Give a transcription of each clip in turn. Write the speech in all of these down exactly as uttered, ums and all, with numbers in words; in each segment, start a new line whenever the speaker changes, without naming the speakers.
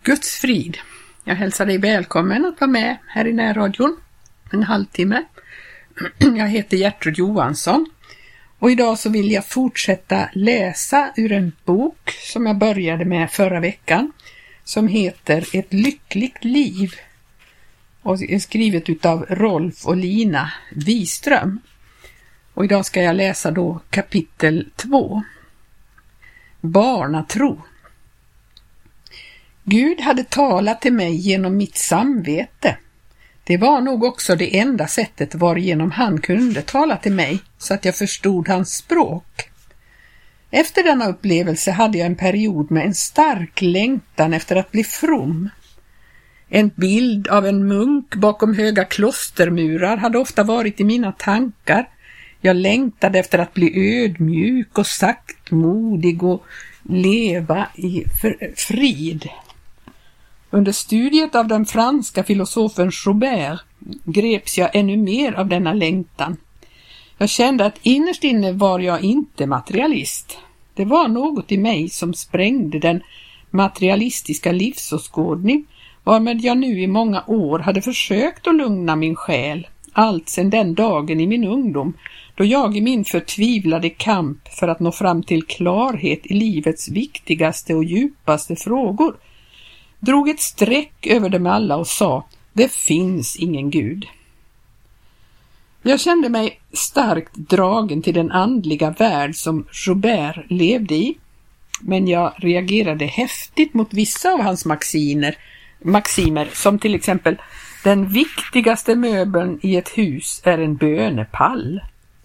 Guds frid. Jag hälsar dig välkommen att vara med här i närradion en halvtimme. Jag heter Gertrud Johansson och idag så vill jag fortsätta läsa ur en bok som jag började med förra veckan som heter Ett lyckligt liv och är skrivet utav Rolf och Lina Wiström. Och idag ska jag läsa då kapitel två. Barnatro. Gud hade talat till mig genom mitt samvete. Det var nog också det enda sättet varigenom han kunde tala till mig så att jag förstod hans språk. Efter denna upplevelse hade jag en period med en stark längtan efter att bli from. En bild av en munk bakom höga klostermurar hade ofta varit i mina tankar. Jag längtade efter att bli ödmjuk och saktmodig och leva i frid. Under studiet av den franska filosofen Joubert greps jag ännu mer av denna längtan. Jag kände att innerst inne var jag inte materialist. Det var något i mig som sprängde den materialistiska livsåskådning varmed jag nu i många år hade försökt att lugna min själ, allt sedan den dagen i min ungdom då jag i min förtvivlade kamp för att nå fram till klarhet i livets viktigaste och djupaste frågor drog ett streck över dem alla och sa: det finns ingen Gud. Jag kände mig starkt dragen till den andliga värld som Joubert levde i, men jag reagerade häftigt mot vissa av hans maximer, maximer som till exempel den viktigaste möbeln i ett hus är en bönepall.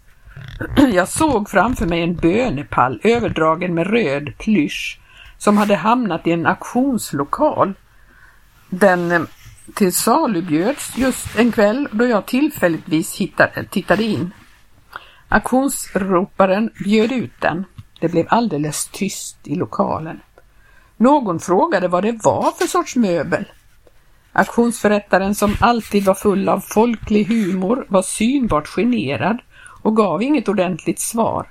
Jag såg framför mig en bönepall överdragen med röd plysch som hade hamnat i en auktionslokal. Den till salubjöds just en kväll då jag tillfälligtvis hittade, tittade in. Auktionsroparen bjöd ut den. Det blev alldeles tyst i lokalen. Någon frågade vad det var för sorts möbel. Auktionsförrättaren, som alltid var full av folklig humor, var synbart generad och gav inget ordentligt svar.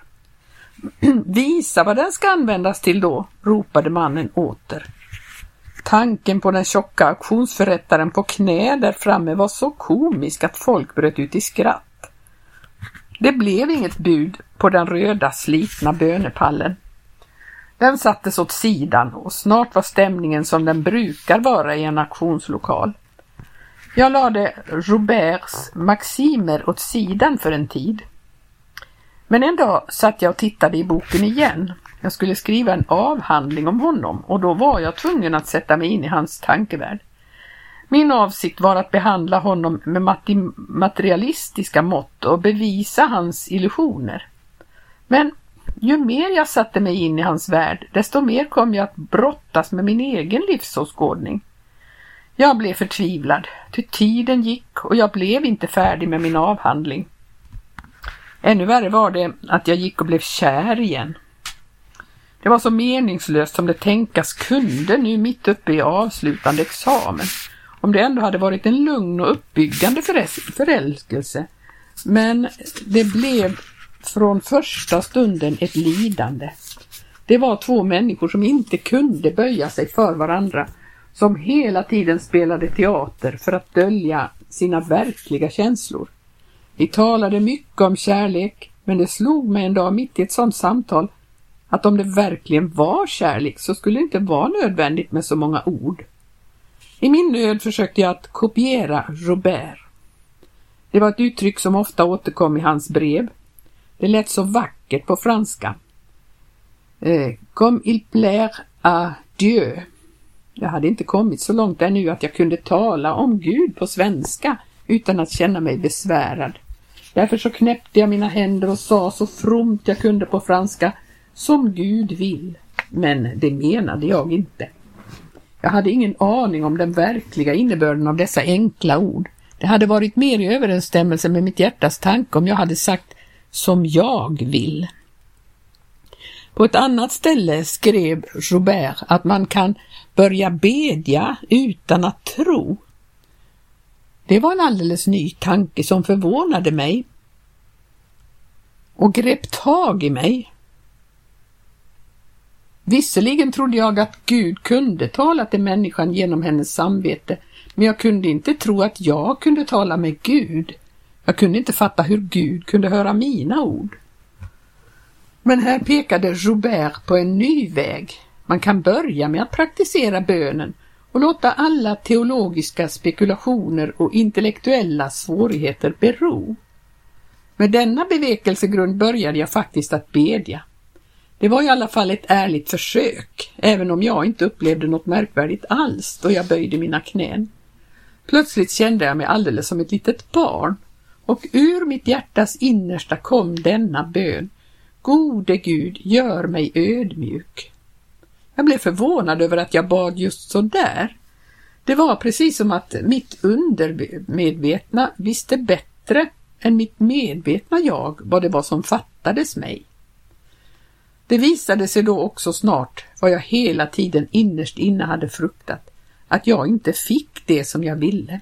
Visa vad den ska användas till då, ropade mannen åter. Tanken på den tjocka auktionsförrättaren på knä där framme var så komisk att folk bröt ut i skratt. Det blev inget bud på den röda slitna bönepallen. Den sattes åt sidan och snart var stämningen som den brukar vara i en auktionslokal. Jag lade Jouberts maximer åt sidan för en tid. Men en dag satt jag och tittade i boken igen. Jag skulle skriva en avhandling om honom och då var jag tvungen att sätta mig in i hans tankevärld. Min avsikt var att behandla honom med mat- materialistiska mått och bevisa hans illusioner. Men ju mer jag satte mig in i hans värld, desto mer kom jag att brottas med min egen livsåskådning. Jag blev förtvivlad, ty tiden gick och jag blev inte färdig med min avhandling. Ännu värre var det att jag gick och blev kär igen. Det var så meningslöst som det tänkas kunde nu mitt uppe i avslutande examen. Om det ändå hade varit en lugn och uppbyggande förälskelse. Men det blev från första stunden ett lidande. Det var två människor som inte kunde böja sig för varandra. Som hela tiden spelade teater för att dölja sina verkliga känslor. Vi talade mycket om kärlek, men det slog mig en dag mitt i ett sådant samtal att om det verkligen var kärlek så skulle det inte vara nödvändigt med så många ord. I min nöd försökte jag att kopiera Joubert. Det var ett uttryck som ofta återkom i hans brev. Det lät så vackert på franska. Eh, comme il plaire à Dieu. Jag hade inte kommit så långt ännu att jag kunde tala om Gud på svenska utan att känna mig besvärad. Därför så knäppte jag mina händer och sa så fromt jag kunde på franska: som Gud vill. Men det menade jag inte. Jag hade ingen aning om den verkliga innebörden av dessa enkla ord. Det hade varit mer i överensstämmelse med mitt hjärtas tanke om jag hade sagt som jag vill. På ett annat ställe skrev Joubert att man kan börja bedja utan att tro. Det var en alldeles ny tanke som förvånade mig och grep tag i mig. Visserligen trodde jag att Gud kunde tala till människan genom hennes samvete, men jag kunde inte tro att jag kunde tala med Gud. Jag kunde inte fatta hur Gud kunde höra mina ord. Men här pekade Joubert på en ny väg. Man kan börja med att praktisera bönen och låta alla teologiska spekulationer och intellektuella svårigheter bero. Med denna bevekelsegrund började jag faktiskt att bedja. Det var i alla fall ett ärligt försök, även om jag inte upplevde något märkvärdigt alls då jag böjde mina knän. Plötsligt kände jag mig alldeles som ett litet barn, och ur mitt hjärtas innersta kom denna bön: Gode Gud, gör mig ödmjuk. Jag blev förvånad över att jag bad just så där. Det var precis som att mitt undermedvetna visste bättre än mitt medvetna jag vad det var som fattades mig. Det visade sig då också snart vad jag hela tiden innerst inne hade fruktat, att jag inte fick det som jag ville.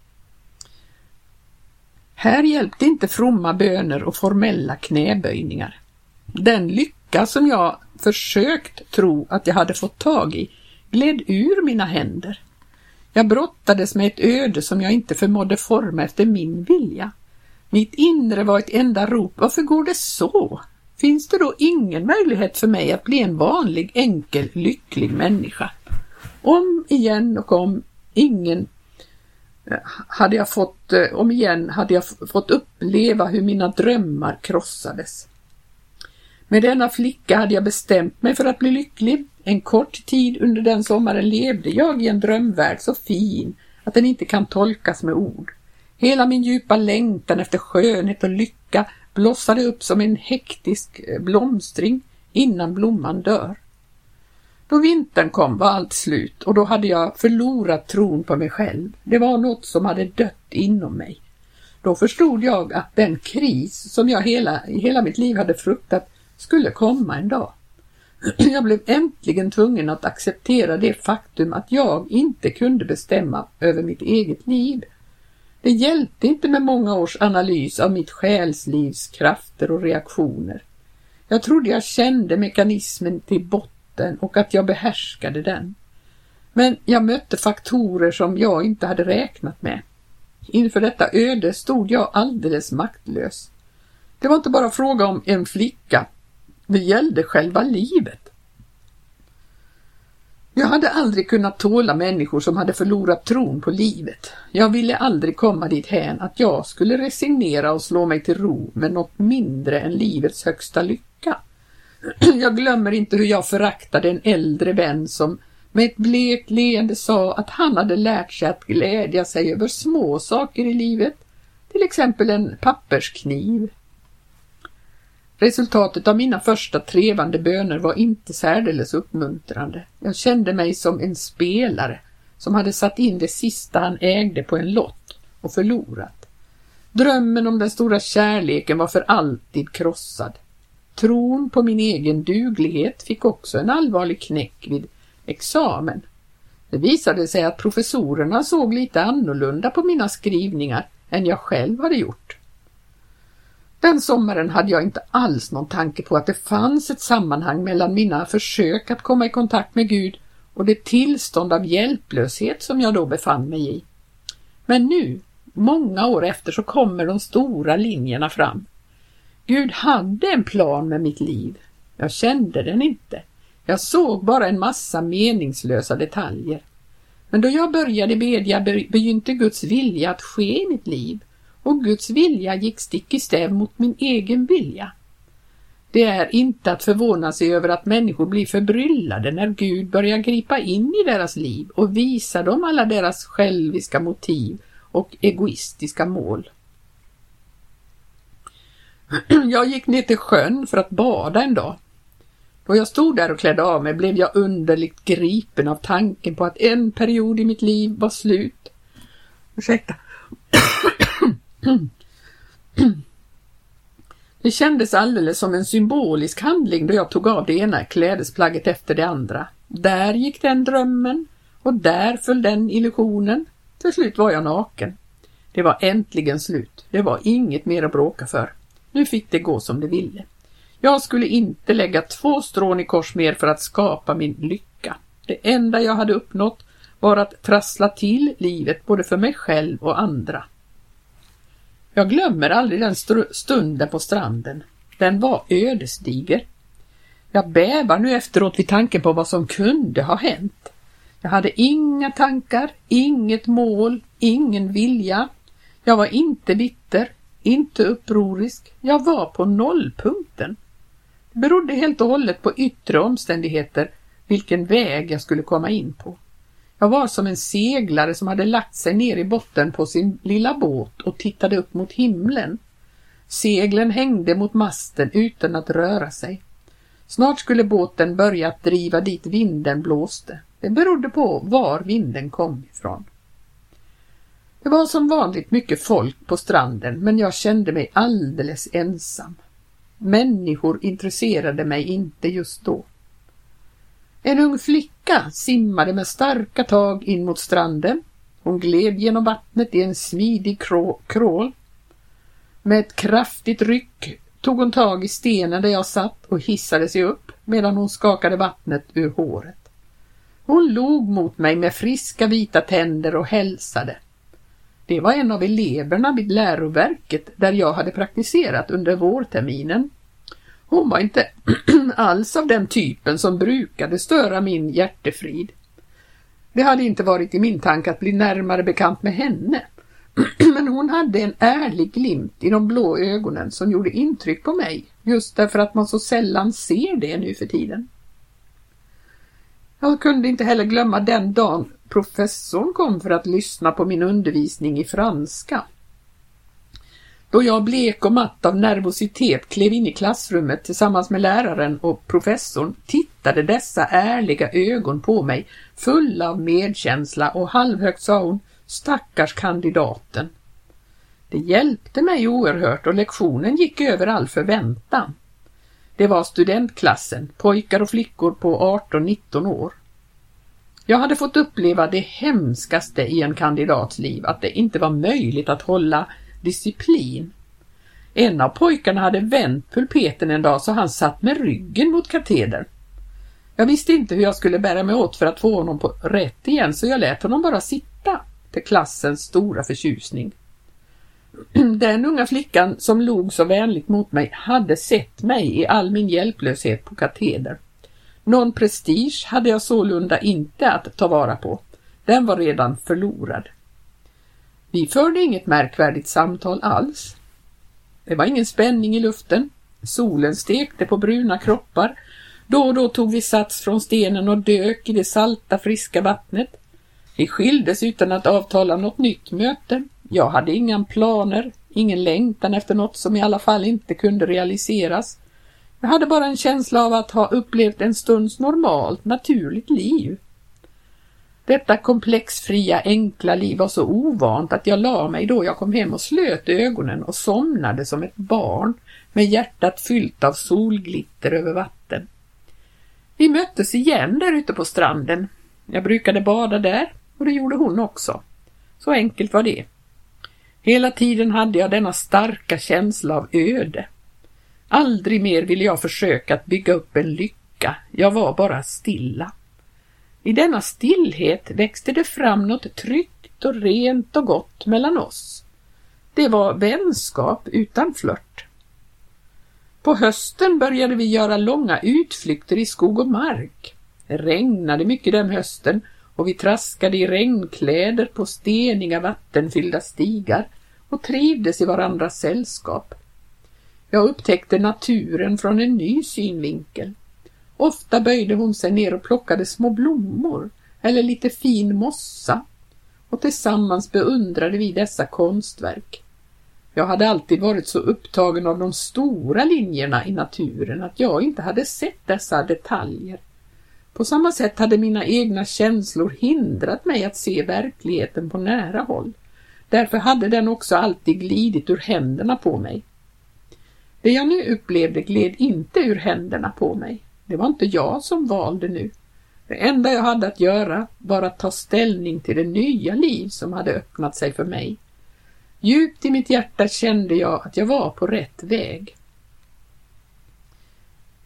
Här hjälpte inte fromma böner och formella knäböjningar. Den lycka som jag försökt tro att jag hade fått tag i gled ur mina händer. Jag brottades med ett öde som jag inte förmådde forma efter min vilja. Mitt inre var ett enda rop: varför går det så? Finns det då ingen möjlighet för mig att bli en vanlig, enkel, lycklig människa? Om igen och om ingen hade jag fått, om igen hade jag fått uppleva hur mina drömmar krossades. Med denna flicka hade jag bestämt mig för att bli lycklig. En kort tid under den sommaren levde jag i en drömvärld så fin att den inte kan tolkas med ord. Hela min djupa längtan efter skönhet och lycka blossade upp som en hektisk blomstring innan blomman dör. Då vintern kom var allt slut, och då hade jag förlorat tron på mig själv. Det var något som hade dött inom mig. Då förstod jag att den kris som jag hela, hela mitt liv hade fruktat skulle komma en dag. Jag blev äntligen tvungen att acceptera det faktum att jag inte kunde bestämma över mitt eget liv. Det hjälpte inte med många års analys av mitt själslivs krafter och reaktioner. Jag trodde jag kände mekanismen till botten och att jag behärskade den. Men jag mötte faktorer som jag inte hade räknat med. Inför detta öde stod jag alldeles maktlös. Det var inte bara fråga om en flicka. Det gällde själva livet. Jag hade aldrig kunnat tåla människor som hade förlorat tron på livet. Jag ville aldrig komma dit hän att jag skulle resignera och slå mig till ro med något mindre än livets högsta lycka. Jag glömmer inte hur jag föraktade en äldre vän som med ett blekt leende sa att han hade lärt sig att glädja sig över små saker i livet, till exempel en papperskniv. Resultatet av mina första trevande böner var inte särdeles uppmuntrande. Jag kände mig som en spelare som hade satt in det sista han ägde på en lott och förlorat. Drömmen om den stora kärleken var för alltid krossad. Tron på min egen duglighet fick också en allvarlig knäck vid examen. Det visade sig att professorerna såg lite annorlunda på mina skrivningar än jag själv hade gjort. Den sommaren hade jag inte alls någon tanke på att det fanns ett sammanhang mellan mina försök att komma i kontakt med Gud och det tillstånd av hjälplöshet som jag då befann mig i. Men nu, många år efter, så kommer de stora linjerna fram. Gud hade en plan med mitt liv. Jag kände den inte. Jag såg bara en massa meningslösa detaljer. Men då jag började bedja begynte Guds vilja att ske i mitt liv. Och Guds vilja gick stick i stäv mot min egen vilja. Det är inte att förvåna sig över att människor blir förbryllade när Gud börjar gripa in i deras liv och visa dem alla deras själviska motiv och egoistiska mål. Jag gick ner till sjön för att bada en dag. Då jag stod där och klädde av mig blev jag underligt gripen av tanken på att en period i mitt liv var slut. Ursäkta. Det kändes alldeles som en symbolisk handling då jag tog av det ena klädesplagget efter det andra. Där gick den drömmen och där föll den illusionen. Till slut var jag naken. Det var äntligen slut. Det var inget mer att bråka för. Nu fick det gå som det ville. Jag skulle inte lägga två strån i kors mer för att skapa min lycka. Det enda jag hade uppnått var att trassla till livet både för mig själv och andra. Jag glömmer aldrig den stunden på stranden. Den var ödesdiger. Jag bävar nu efteråt vid tanken på vad som kunde ha hänt. Jag hade inga tankar, inget mål, ingen vilja. Jag var inte bitter, inte upprorisk. Jag var på nollpunkten. Det berodde helt och hållet på yttre omständigheter vilken väg jag skulle komma in på. Jag var som en seglare som hade lagt sig ner i botten på sin lilla båt och tittade upp mot himlen. Seglen hängde mot masten utan att röra sig. Snart skulle båten börja att driva dit vinden blåste. Det berodde på var vinden kom ifrån. Det var som vanligt mycket folk på stranden, men jag kände mig alldeles ensam. Människor intresserade mig inte just då. En ung flicka simmade med starka tag in mot stranden. Hon gled genom vattnet i en smidig krå- krål. Med ett kraftigt ryck tog hon tag i stenen där jag satt och hissade sig upp medan hon skakade vattnet ur håret. Hon log mot mig med friska vita tänder och hälsade. Det var en av eleverna vid läroverket där jag hade praktiserat under vårterminen. Hon var inte alls av den typen som brukade störa min hjärtefrid. Det hade inte varit i min tanke att bli närmare bekant med henne. Men hon hade en ärlig glimt i de blå ögonen som gjorde intryck på mig, just därför att man så sällan ser det nu för tiden. Jag kunde inte heller glömma den dagen professorn kom för att lyssna på min undervisning i franska. Då jag blek och matt av nervositet klev in i klassrummet tillsammans med läraren och professorn tittade dessa ärliga ögon på mig, fulla av medkänsla, och halvhögt sa hon: stackars kandidaten. Det hjälpte mig oerhört och lektionen gick över all förväntan. Det var studentklassen, pojkar och flickor på arton nitton år. Jag hade fått uppleva det hemskaste i en kandidats liv, att det inte var möjligt att hålla disciplin. En av pojkarna hade vänt pulpeten en dag så han satt med ryggen mot katedern. Jag visste inte hur jag skulle bära mig åt för att få honom på rätt igen, så jag lät honom bara sitta, till klassens stora förtjusning. Den unga flickan som log så vänligt mot mig hade sett mig i all min hjälplöshet på kateder. Någon prestige hade jag sålunda inte att ta vara på. Den var redan förlorad. Vi förde inget märkvärdigt samtal alls. Det var ingen spänning i luften. Solen stekte på bruna kroppar. Då och då tog vi sats från stenen och dök i det salta, friska vattnet. Vi skildes utan att avtala något nytt möte. Jag hade inga planer, ingen längtan efter något som i alla fall inte kunde realiseras. Jag hade bara en känsla av att ha upplevt en stunds normalt, naturligt liv. Detta komplexfria, enkla liv var så ovant att jag la mig då jag kom hem och slöt ögonen och somnade som ett barn med hjärtat fyllt av solglitter över vatten. Vi möttes igen där ute på stranden. Jag brukade bada där och det gjorde hon också. Så enkelt var det. Hela tiden hade jag denna starka känsla av öde. Aldrig mer ville jag försöka att bygga upp en lycka. Jag var bara stilla. I denna stillhet växte det fram något tryggt och rent och gott mellan oss. Det var vänskap utan flört. På hösten började vi göra långa utflykter i skog och mark. Det regnade mycket den hösten och vi traskade i regnkläder på steniga vattenfyllda stigar och trivdes i varandras sällskap. Jag upptäckte naturen från en ny synvinkel. Ofta böjde hon sig ner och plockade små blommor eller lite fin mossa, och tillsammans beundrade vi dessa konstverk. Jag hade alltid varit så upptagen av de stora linjerna i naturen att jag inte hade sett dessa detaljer. På samma sätt hade mina egna känslor hindrat mig att se verkligheten på nära håll. Därför hade den också alltid glidit ur händerna på mig. Det jag nu upplevde gled inte ur händerna på mig. Det var inte jag som valde nu. Det enda jag hade att göra var att ta ställning till det nya liv som hade öppnat sig för mig. Djupt i mitt hjärta kände jag att jag var på rätt väg.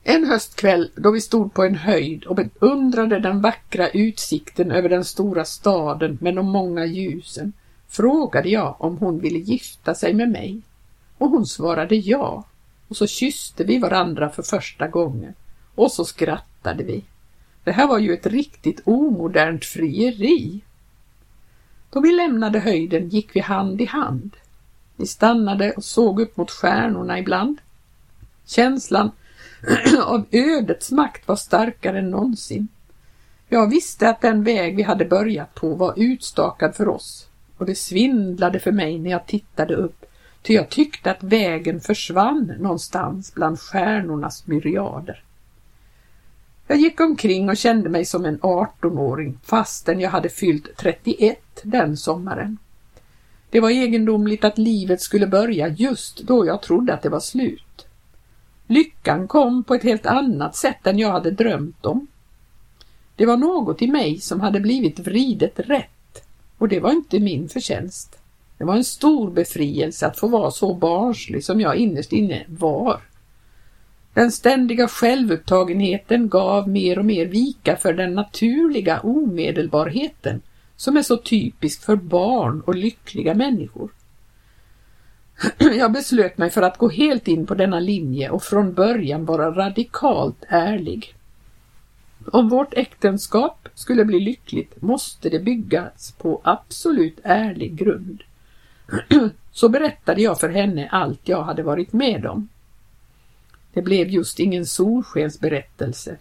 En höstkväll då vi stod på en höjd och beundrade den vackra utsikten över den stora staden med de många ljusen, frågade jag om hon ville gifta sig med mig. Och hon svarade ja. Och så kysste vi varandra för första gången. Och så skrattade vi. Det här var ju ett riktigt omodernt frieri. Då vi lämnade höjden gick vi hand i hand. Vi stannade och såg upp mot stjärnorna ibland. Känslan av ödets makt var starkare än någonsin. Jag visste att den väg vi hade börjat på var utstakad för oss. Och det svindlade för mig när jag tittade upp. Ty jag tyckte att vägen försvann någonstans bland stjärnornas myriader. Jag gick omkring och kände mig som en artonåring fastän jag hade fyllt trettioett den sommaren. Det var egendomligt att livet skulle börja just då jag trodde att det var slut. Lyckan kom på ett helt annat sätt än jag hade drömt om. Det var något i mig som hade blivit vridet rätt, och det var inte min förtjänst. Det var en stor befrielse att få vara så barnslig som jag innerst inne var. Den ständiga självupptagenheten gav mer och mer vika för den naturliga omedelbarheten som är så typisk för barn och lyckliga människor. Jag beslöt mig för att gå helt in på denna linje och från början vara radikalt ärlig. Om vårt äktenskap skulle bli lyckligt måste det byggas på absolut ärlig grund. Så berättade jag för henne allt jag hade varit med om. Det blev just ingen solskensberättelse.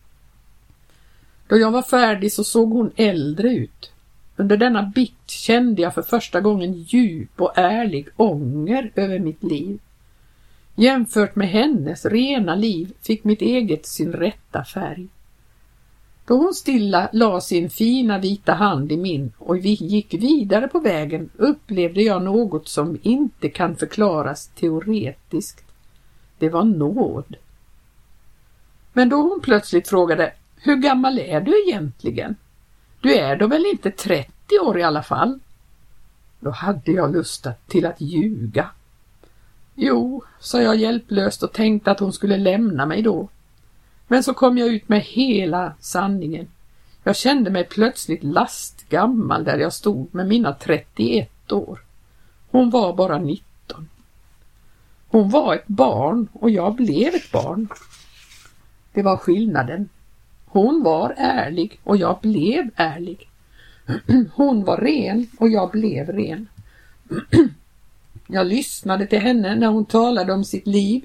Då jag var färdig så såg hon äldre ut. Under denna bikt kände jag för första gången djup och ärlig ånger över mitt liv. Jämfört med hennes rena liv fick mitt eget sin rätta färg. Då hon stilla la sin fina vita hand i min och vi gick vidare på vägen upplevde jag något som inte kan förklaras teoretiskt. Det var nåd. Men då hon plötsligt frågade, hur gammal är du egentligen? Du är då väl inte trettio år i alla fall? Då hade jag lust till att ljuga. Jo, sa jag hjälplöst och tänkte att hon skulle lämna mig då. Men så kom jag ut med hela sanningen. Jag kände mig plötsligt lastgammal där jag stod med mina trettioett år. Hon var bara nitton. Hon var ett barn och jag blev ett barn. Det var skillnaden. Hon var ärlig och jag blev ärlig. Hon var ren och jag blev ren. Jag lyssnade till henne när hon talade om sitt liv.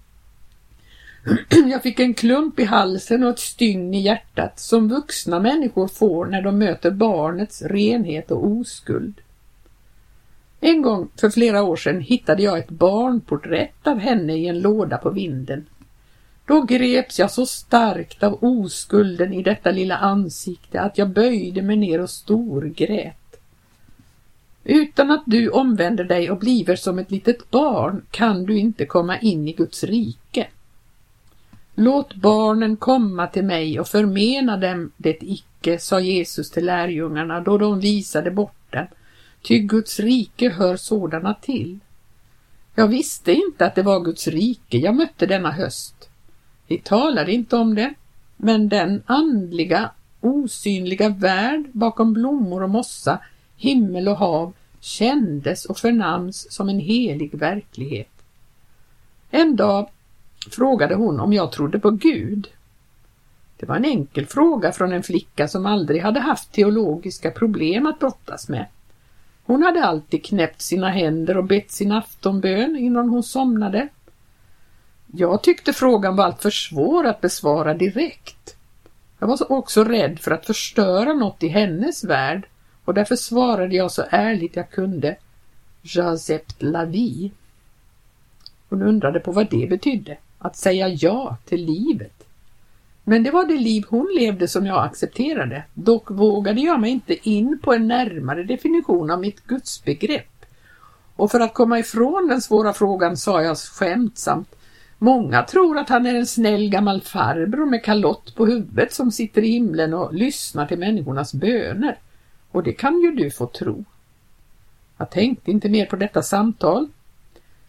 Jag fick en klump i halsen och ett stygn i hjärtat som vuxna människor får när de möter barnets renhet och oskuld. En gång för flera år sedan hittade jag ett barnporträtt av henne i en låda på vinden. Då greps jag så starkt av oskulden i detta lilla ansikte att jag böjde mig ner och storgrät. Utan att du omvänder dig och bliver som ett litet barn kan du inte komma in i Guds rike. Låt barnen komma till mig och förmena dem det icke, sa Jesus till lärjungarna då de visade bort den. Ty Guds rike hör sådana till. Jag visste inte att det var Guds rike jag mötte denna höst. Vi talade inte om det, men den andliga, osynliga värld bakom blommor och mossa, himmel och hav kändes och förnams som en helig verklighet. En dag frågade hon om jag trodde på Gud. Det var en enkel fråga från en flicka som aldrig hade haft teologiska problem att brottas med. Hon hade alltid knäppt sina händer och bett sin aftonbön innan hon somnade. Jag tyckte frågan var allt för svår att besvara direkt. Jag var också rädd för att förstöra något i hennes värld och därför svarade jag så ärligt jag kunde. J'accepte la vie. Hon undrade på vad det betydde, att säga ja till livet. Men det var det liv hon levde som jag accepterade. Dock vågade jag mig inte in på en närmare definition av mitt gudsbegrepp. Och för att komma ifrån den svåra frågan sa jag skämtsamt: många tror att han är en snäll gammal farbror med kalott på huvudet som sitter i himlen och lyssnar till människornas böner. Och det kan ju du få tro. Jag tänkte inte mer på detta samtal.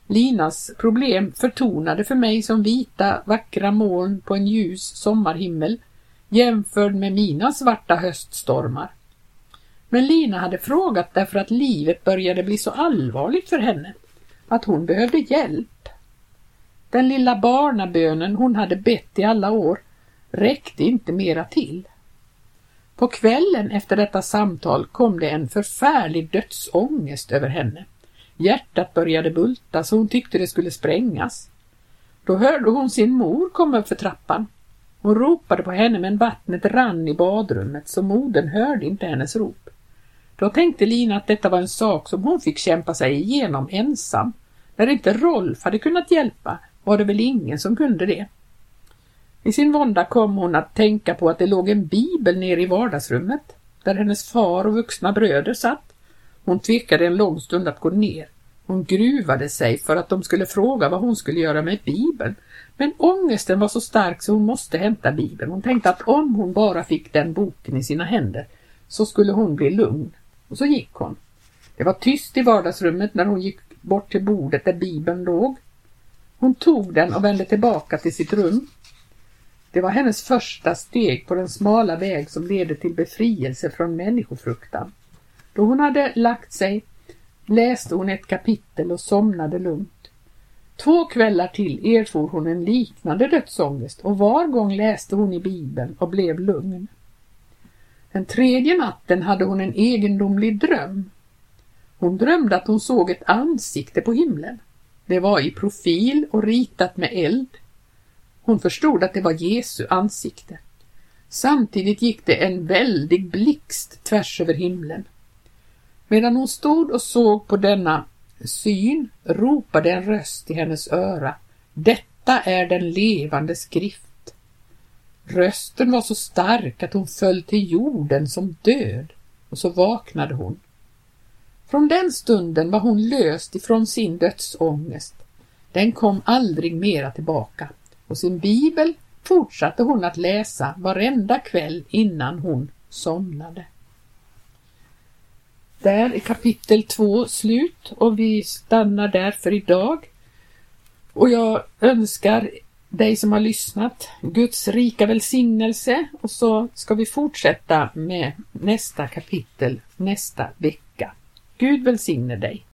Linas problem förtonade för mig som vita, vackra moln på en ljus sommarhimmel jämförd med mina svarta höststormar. Men Lina hade frågat därför att livet började bli så allvarligt för henne, att hon behövde hjälp. Den lilla barnabönen hon hade bett i alla år räckte inte mera till. På kvällen efter detta samtal kom det en förfärlig dödsångest över henne. Hjärtat började bulta så hon tyckte det skulle sprängas. Då hörde hon sin mor komma upp för trappan. Hon ropade på henne men vattnet rann i badrummet så modern hörde inte hennes rop. Då tänkte Lina att detta var en sak som hon fick kämpa sig igenom ensam. När inte Rolf hade kunnat hjälpa var det väl ingen som kunde det. I sin vånda kom hon att tänka på att det låg en bibel nere i vardagsrummet där hennes far och vuxna bröder satt. Hon tvekade en lång stund att gå ner. Hon gruvade sig för att de skulle fråga vad hon skulle göra med bibeln. Men ångesten var så stark så hon måste hämta bibeln. Hon tänkte att om hon bara fick den boken i sina händer så skulle hon bli lugn. Och så gick hon. Det var tyst i vardagsrummet när hon gick bort till bordet där bibeln låg. Hon tog den och vände tillbaka till sitt rum. Det var hennes första steg på den smala väg som leder till befrielse från människofruktan. Då hon hade lagt sig läste hon ett kapitel och somnade lugnt. Två kvällar till erfor hon en liknande dödsångest och var gång läste hon i bibeln och blev lugn. Den tredje natten hade hon en egendomlig dröm. Hon drömde att hon såg ett ansikte på himlen. Det var i profil och ritat med eld. Hon förstod att det var Jesu ansikte. Samtidigt gick det en väldig blixt tvärs över himlen. Medan hon stod och såg på denna syn ropade en röst i hennes öra: "Detta är den levande skrift." Rösten var så stark att hon föll till jorden som död, och så vaknade hon. Från den stunden var hon löst ifrån sin dödsångest. Den kom aldrig mera tillbaka, och sin bibel fortsatte hon att läsa varenda kväll innan hon somnade. Där är kapitel två slut och vi stannar där för idag. Och jag önskar dig som har lyssnat Guds rika välsignelse, och så ska vi fortsätta med nästa kapitel nästa vecka. Gud välsigne dig.